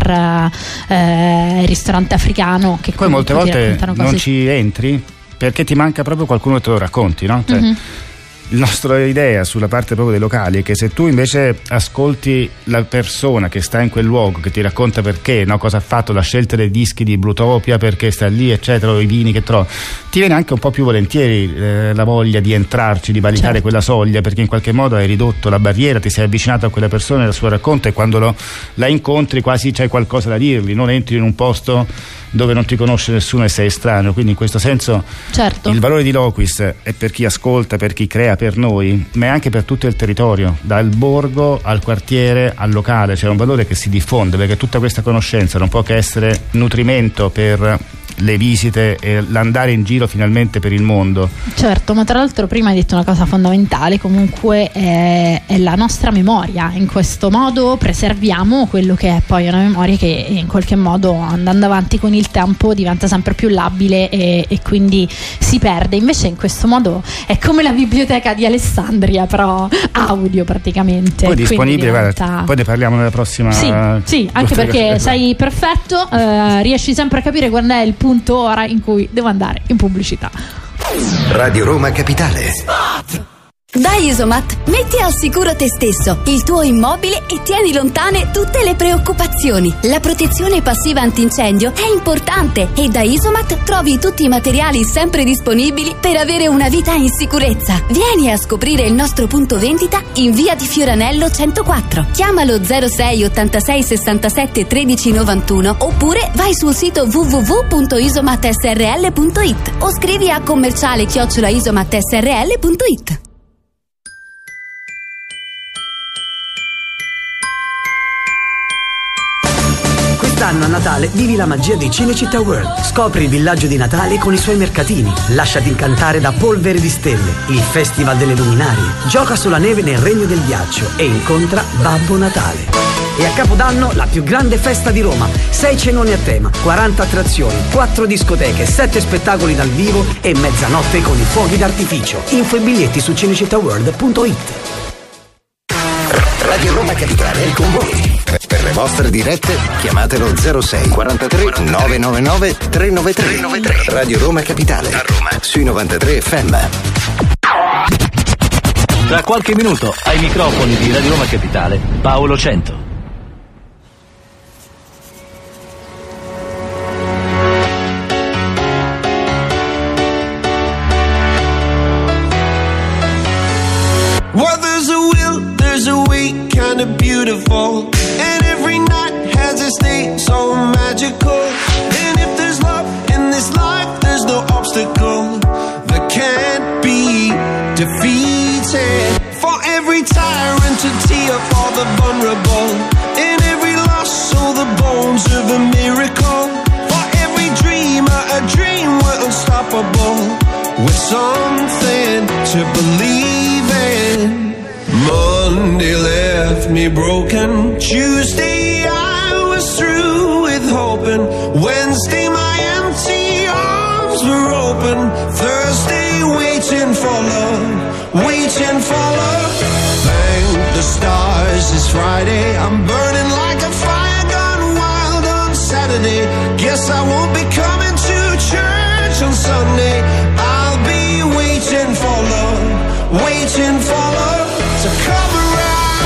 il ristorante africano, che poi molte volte non ci entri perché ti manca proprio qualcuno che te lo racconti, no? Cioè, la nostra idea sulla parte proprio dei locali è che se tu invece ascolti la persona che sta in quel luogo, che ti racconta perché, no, cosa ha fatto, la scelta dei dischi di Blutopia, perché sta lì, eccetera, o i vini che trova, ti viene anche un po' più volentieri la voglia di entrarci, di valicare quella soglia, perché in qualche modo hai ridotto la barriera, ti sei avvicinato a quella persona e al suo racconto, e quando la incontri quasi c'hai qualcosa da dirgli, non entri in un posto dove non ti conosce nessuno e sei estraneo. Quindi in questo senso il valore di Loquis è per chi ascolta, per chi crea, per noi, ma è anche per tutto il territorio, dal borgo al quartiere al locale. C'è un valore che si diffonde, perché tutta questa conoscenza non può che essere nutrimento per le visite e l'andare in giro finalmente per il mondo. Certo, ma tra l'altro prima hai detto una cosa fondamentale, comunque è la nostra memoria. In questo modo preserviamo quello che è poi una memoria che in qualche modo, andando avanti con il tempo, diventa sempre più labile e quindi si perde. Invece in questo modo è come la biblioteca di Alessandria, però audio praticamente. Poi disponibile, guarda, poi ne parliamo nella prossima. Sì, anche perché sei perfetto, riesci sempre a capire quando è il punto ora in cui devo andare in pubblicità. Radio Roma Capitale. Spot! Da Isomat metti al sicuro te stesso, il tuo immobile e tieni lontane tutte le preoccupazioni. La protezione passiva antincendio è importante e da Isomat trovi tutti i materiali sempre disponibili per avere una vita in sicurezza. Vieni a scoprire il nostro punto vendita in via di Fioranello 104. Chiamalo 06 86 67 13 91 oppure vai sul sito www.isomatsrl.it o scrivi a commerciale@isomatsrl.it. Quest'anno a Natale vivi la magia di Cinecittà World. Scopri il villaggio di Natale con i suoi mercatini. Lasciati incantare da Polvere di Stelle, il festival delle luminarie. Gioca sulla neve nel regno del ghiaccio e incontra Babbo Natale. E a Capodanno la più grande festa di Roma. 6 cenoni a tema, 40 attrazioni, 4 discoteche, 7 spettacoli dal vivo e mezzanotte con i fuochi d'artificio. Info e biglietti su cinecittàworld.it. Radio Roma Capitale è con voi. Per le vostre dirette chiamatelo 06 43 999 393. Radio Roma Capitale a Roma sui 93 FM. Tra qualche minuto ai microfoni di Radio Roma Capitale Paolo Cento. Well, there's a will, there's a way, kind of beautiful. And every night has a state so magical. And if there's love in this life, there's no obstacle that can't be defeated. For every tyrant to tear for the vulnerable. In every loss, so the bones of a miracle. For every dreamer, a dream we're unstoppable. With something to believe in. Monday left me broken. Tuesday I Friday. I'm burning like a fire gone wild on Saturday. Guess I won't be coming to church on Sunday. I'll be waiting for love, waiting for love to come around.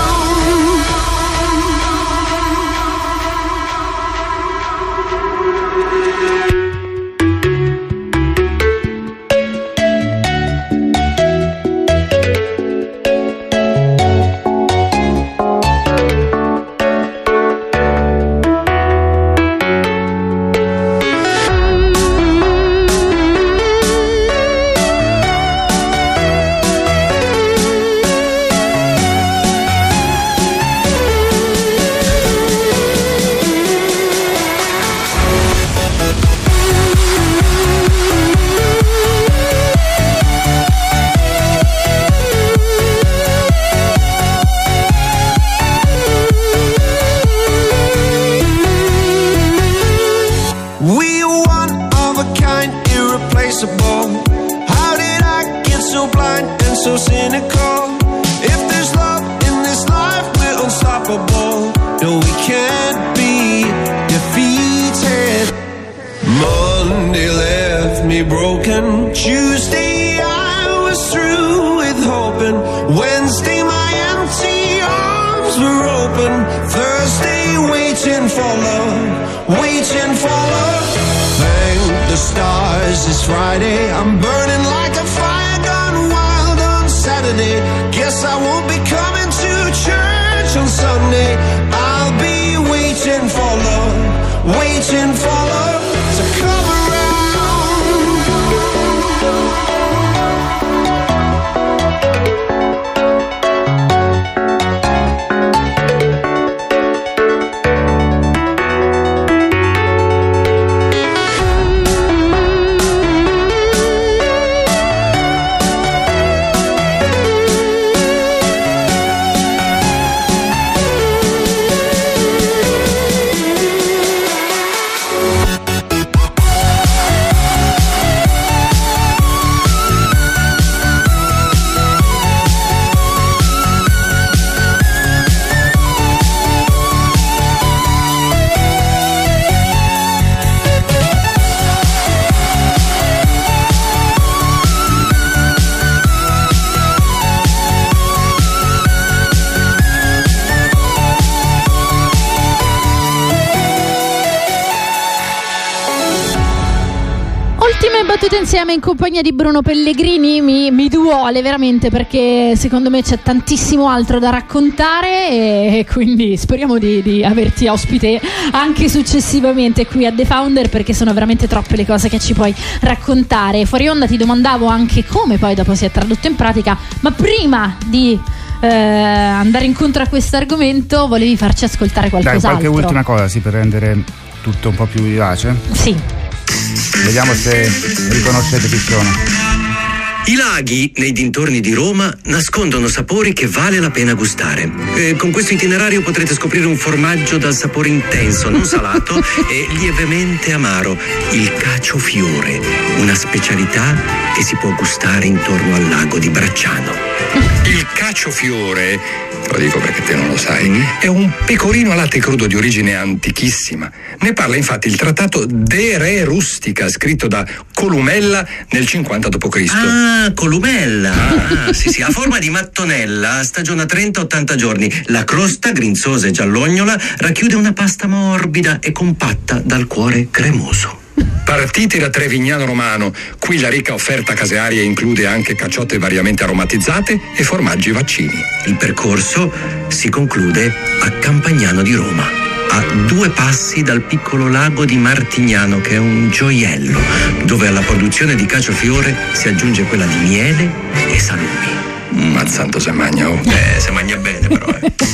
Insieme in compagnia di Bruno Pellegrini mi duole veramente, perché secondo me c'è tantissimo altro da raccontare e quindi speriamo di averti ospite anche successivamente qui a The Founder, perché sono veramente troppe le cose che ci puoi raccontare. Fuori onda ti domandavo anche come poi dopo si è tradotto in pratica, ma prima di andare incontro a questo argomento volevi farci ascoltare qualcos'altro. Dai, qualche ultima cosa, sì, per rendere tutto un po' più vivace? Sì. Vediamo se riconoscete chi sono. I laghi nei dintorni di Roma nascondono sapori che vale la pena gustare. Con questo itinerario potrete scoprire un formaggio dal sapore intenso, non salato e lievemente amaro, il cacciofiore, una specialità che si può gustare intorno al lago di Bracciano. Il cacciofiore, te lo dico perché te non lo sai, è un pecorino a latte crudo di origine antichissima. Ne parla infatti il trattato De Re Rustica, scritto da Columella nel 50 d.C. Ah, Columella! Sì, a forma di mattonella, stagiona 30-80 giorni. La crosta, grinzosa e giallognola, racchiude una pasta morbida e compatta dal cuore cremoso. Partiti da Trevignano Romano, qui la ricca offerta casearia include anche cacciotte variamente aromatizzate e formaggi vaccini. Il percorso si conclude a Campagnano di Roma, a 2 passi dal piccolo lago di Martignano, che è un gioiello, dove alla produzione di cacciofiore si aggiunge quella di miele e salumi. Mazzanto se magna, oh. Se magna bene però.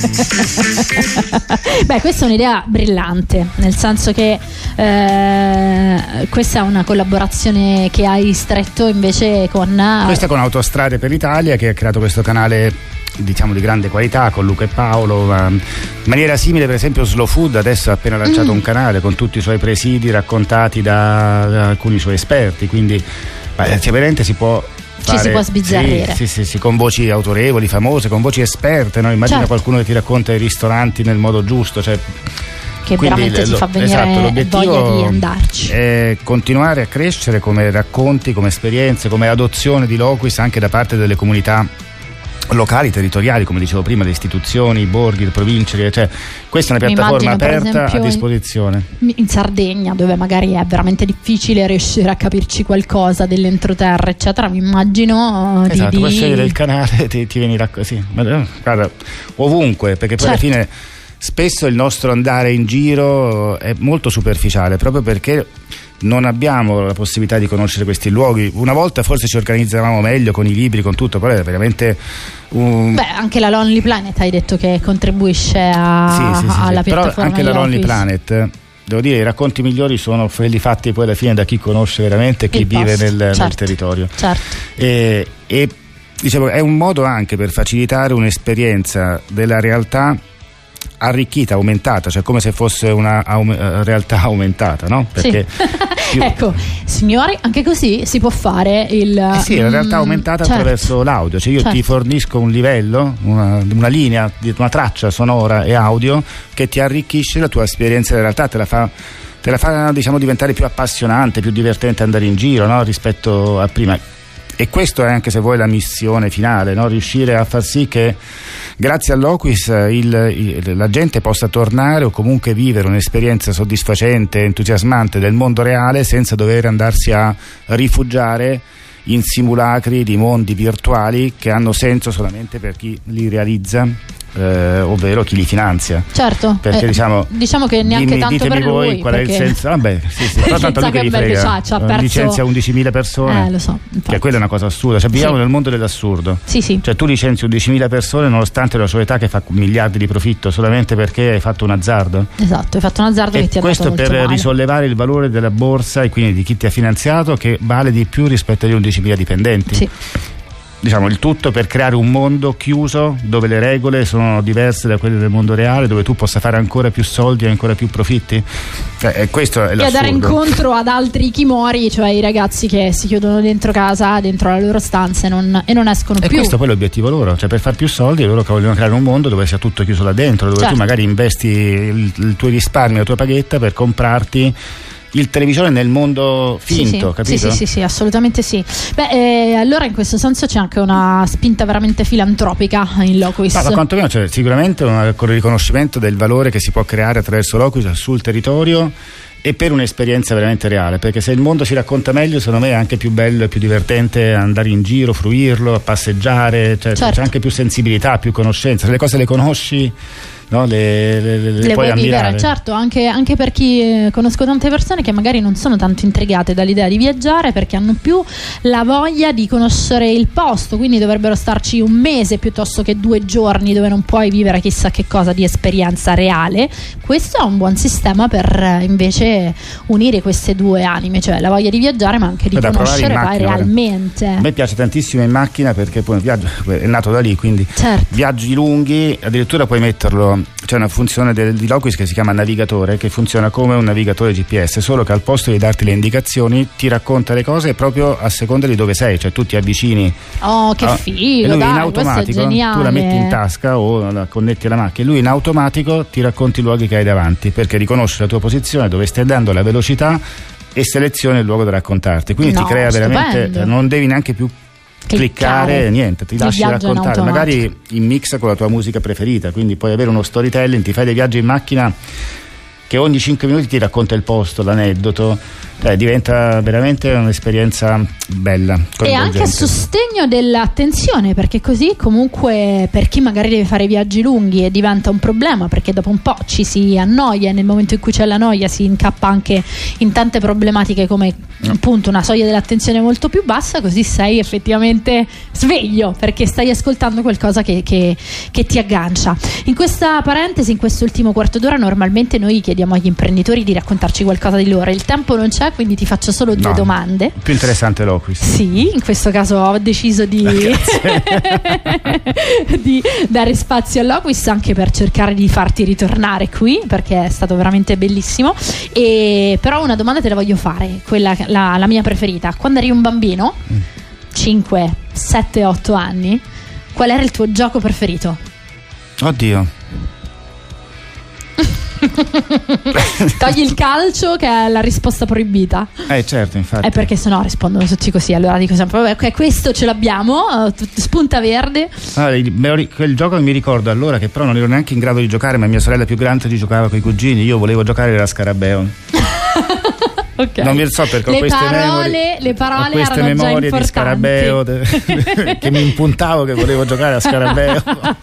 Beh, questa è un'idea brillante, nel senso che questa è una collaborazione che hai stretto invece con... Questa con Autostrade per l'Italia, che ha creato questo canale, diciamo, di grande qualità con Luca e Paolo, in maniera simile per esempio Slow Food adesso ha appena lanciato un canale con tutti i suoi presidi raccontati da alcuni suoi esperti, quindi veramente si può fare, ci si può sbizzarrire. Sì, con voci autorevoli, famose, con voci esperte, no? Immagina certo. qualcuno che ti racconta i ristoranti nel modo giusto, cioè, che veramente ti fa venire voglia di andarci. È continuare a crescere come racconti, come esperienze, come adozione di Loquis anche da parte delle comunità locali, territoriali, come dicevo prima, le istituzioni, i borghi, le province, cioè questa è una piattaforma aperta a disposizione. In Sardegna, dove magari è veramente difficile riuscire a capirci qualcosa dell'entroterra, eccetera, mi immagino puoi scegliere il canale, ti vieni guarda, ovunque, perché poi alla fine spesso il nostro andare in giro è molto superficiale, proprio perché non abbiamo la possibilità di conoscere questi luoghi. Una volta forse ci organizzavamo meglio con i libri, con tutto, però è veramente anche la Lonely Planet hai detto che contribuisce alla piattaforma. Però anche la Lonely Planet, devo dire, i racconti migliori sono quelli fatti poi alla fine da chi conosce veramente, chi vive nel territorio. Certo. E diciamo, è un modo anche per facilitare un'esperienza della realtà arricchita, aumentata, cioè come se fosse una realtà aumentata, no? Perché ecco, signori, anche così si può fare la realtà aumentata, certo, attraverso l'audio, cioè io ti fornisco un livello, una linea, una traccia sonora e audio che ti arricchisce la tua esperienza della realtà, te la fa diciamo diventare più appassionante, più divertente andare in giro, no? Rispetto a prima. E questo è anche, se vuoi, la missione finale, no? Riuscire a far sì che grazie a Loquis la gente possa tornare o comunque vivere un'esperienza soddisfacente, entusiasmante del mondo reale senza dover andarsi a rifugiare in simulacri di mondi virtuali che hanno senso solamente per chi li realizza, ovvero chi li finanzia. Certo, perché diciamo che neanche tanto ditemi per voi lui, qual è il senso. Vabbè, però tanto lui che gli frega, licenzia 11.000 persone, lo so, infatti. Che quella è una cosa assurda, cioè viviamo nel mondo dell'assurdo. Sì. Cioè tu licenzi 11.000 persone nonostante la società che fa miliardi di profitto solamente perché hai fatto un azzardo. Esatto, hai fatto un azzardo che ti ha dato questo molto per male. risollevare il valore della borsa e quindi di chi ti ha finanziato, che vale di più rispetto agli 11.000 dipendenti. Sì. Diciamo il tutto per creare un mondo chiuso dove le regole sono diverse da quelle del mondo reale, dove tu possa fare ancora più soldi e ancora più profitti. Questo è l'assurdo. E dare incontro ad altri kimori, cioè i ragazzi che si chiudono dentro casa, dentro la loro stanza e non escono più. E questo poi è l'obiettivo loro, cioè per far più soldi loro che vogliono creare un mondo dove sia tutto chiuso là dentro, dove tu magari investi il tuo risparmio, la tua paghetta per comprarti il televisore nel mondo finto, capito? Sì, assolutamente sì. Allora in questo senso c'è anche una spinta veramente filantropica in Loquis. Ma quantomeno c'è sicuramente un riconoscimento del valore che si può creare attraverso Loquis sul territorio e per un'esperienza veramente reale, perché se il mondo si racconta meglio, secondo me è anche più bello e più divertente andare in giro, fruirlo, passeggiare, cioè c'è anche più sensibilità, più conoscenza, se le cose le conosci, no? Le puoi ammirare. Vivere, certo, anche per chi conosco tante persone che magari non sono tanto intrigate dall'idea di viaggiare perché hanno più la voglia di conoscere il posto, quindi dovrebbero starci un mese piuttosto che 2 giorni dove non puoi vivere chissà che cosa di esperienza reale. Questo è un buon sistema per invece unire queste due anime, cioè la voglia di viaggiare ma anche di conoscere poi realmente. A me piace tantissimo in macchina perché poi il viaggio è nato da lì, quindi viaggi lunghi, addirittura puoi metterlo. C'è una funzione di Loquis che si chiama navigatore, che funziona come un navigatore GPS, solo che al posto di darti le indicazioni ti racconta le cose proprio a seconda di dove sei, cioè tu ti avvicini. Oh, che figo! E lui dai, in automatico, tu la metti in tasca o la connetti alla macchina, lui in automatico ti racconti i luoghi che hai davanti, perché riconosce la tua posizione, dove stai andando, la velocità e seleziona il luogo da raccontarti. Quindi ti crea veramente, non devi neanche più cliccare niente, ti lasci raccontare, magari in mix con la tua musica preferita, quindi puoi avere uno storytelling, ti fai dei viaggi in macchina che ogni 5 minuti ti racconta il posto, l'aneddoto, diventa veramente un'esperienza bella, e anche a sostegno dell'attenzione, perché così comunque per chi magari deve fare viaggi lunghi e diventa un problema perché dopo un po' ci si annoia e nel momento in cui c'è la noia si incappa anche in tante problematiche come appunto una soglia dell'attenzione molto più bassa, così sei effettivamente sveglio perché stai ascoltando qualcosa che ti aggancia. In questa parentesi, in quest'ultimo quarto d'ora normalmente noi chiediamo agli imprenditori di raccontarci qualcosa di loro, il tempo non c'è, quindi ti faccio solo 2 domande. Più interessante Loquis. Sì, in questo caso ho deciso di dare spazio a Loquis anche per cercare di farti ritornare qui perché è stato veramente bellissimo. Però una domanda te la voglio fare, quella la mia preferita. Quando eri un bambino 5, 7, 8 anni, qual era il tuo gioco preferito? Oddio. Togli il calcio, che è la risposta proibita. Certo, infatti. È perché sennò rispondono tutti così. Allora dico sempre, vabbè, ok, questo ce l'abbiamo, spunta verde. Quel gioco che mi ricordo allora, che però non ero neanche in grado di giocare, ma mia sorella più grande ci giocava con i cugini, io volevo giocare, era Scarabeo. Okay. Non mi so perché le parole queste erano memorie già di Scarabeo che mi impuntavo che volevo giocare a Scarabeo.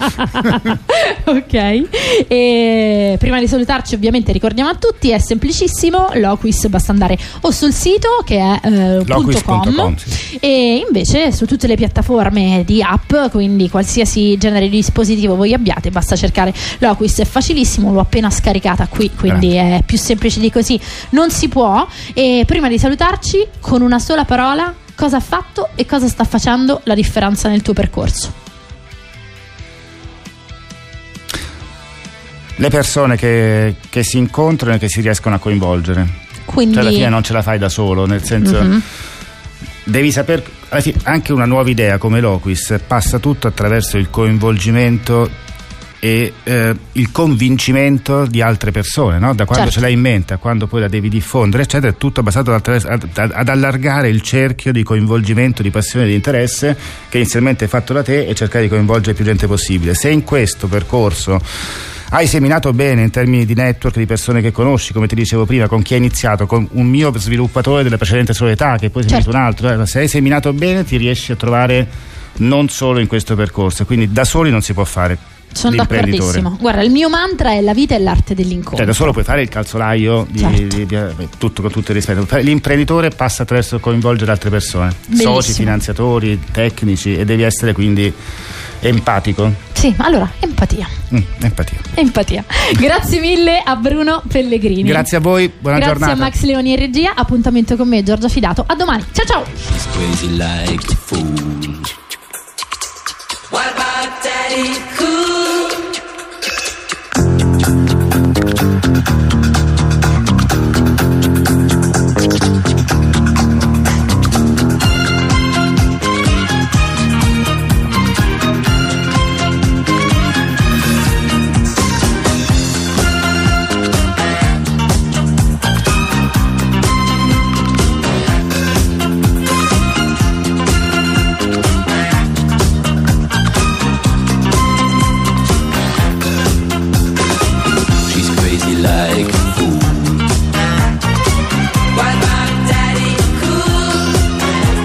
Ok, e prima di salutarci ovviamente ricordiamo a tutti, è semplicissimo, Loquis, basta andare o sul sito che è .com, sì. E invece su tutte le piattaforme di app, quindi qualsiasi genere di dispositivo voi abbiate, basta cercare Loquis, è facilissimo, l'ho appena scaricata qui, quindi è più semplice di così non si può. E prima di salutarci, con una sola parola, cosa ha fatto e cosa sta facendo la differenza nel tuo percorso? Le persone che si incontrano e che si riescono a coinvolgere. Quindi alla fine non ce la fai da solo, nel senso devi saper, anche una nuova idea come Loquis passa tutto attraverso il coinvolgimento e il convincimento di altre persone, no? Da quando ce l'hai in mente a quando poi la devi diffondere, eccetera, è tutto basato ad allargare il cerchio di coinvolgimento, di passione, di interesse che inizialmente è fatto da te, e cercare di coinvolgere più gente possibile. Se in questo percorso hai seminato bene in termini di network, di persone che conosci, come ti dicevo prima, con chi hai iniziato, con un mio sviluppatore della precedente società che poi si è un altro, se hai seminato bene ti riesci a trovare non solo in questo percorso, quindi da soli non si può fare. Sono d'accordissimo. Guarda, il mio mantra è: la vita è l'arte dell'incontro. Cioè, da solo puoi fare il calzolaio tutto, con tutto il rispetto. L'imprenditore passa attraverso coinvolgere altre persone, soci, finanziatori, tecnici, e devi essere quindi empatico. Sì, allora, empatia. Empatia. Grazie mille a Bruno Pellegrini. Grazie a voi, buona giornata. Grazie a Max Leoni in regia. Appuntamento con me, Giorgia Fidato. A domani. Ciao ciao. She's crazy like a fool. What about Daddy Cool?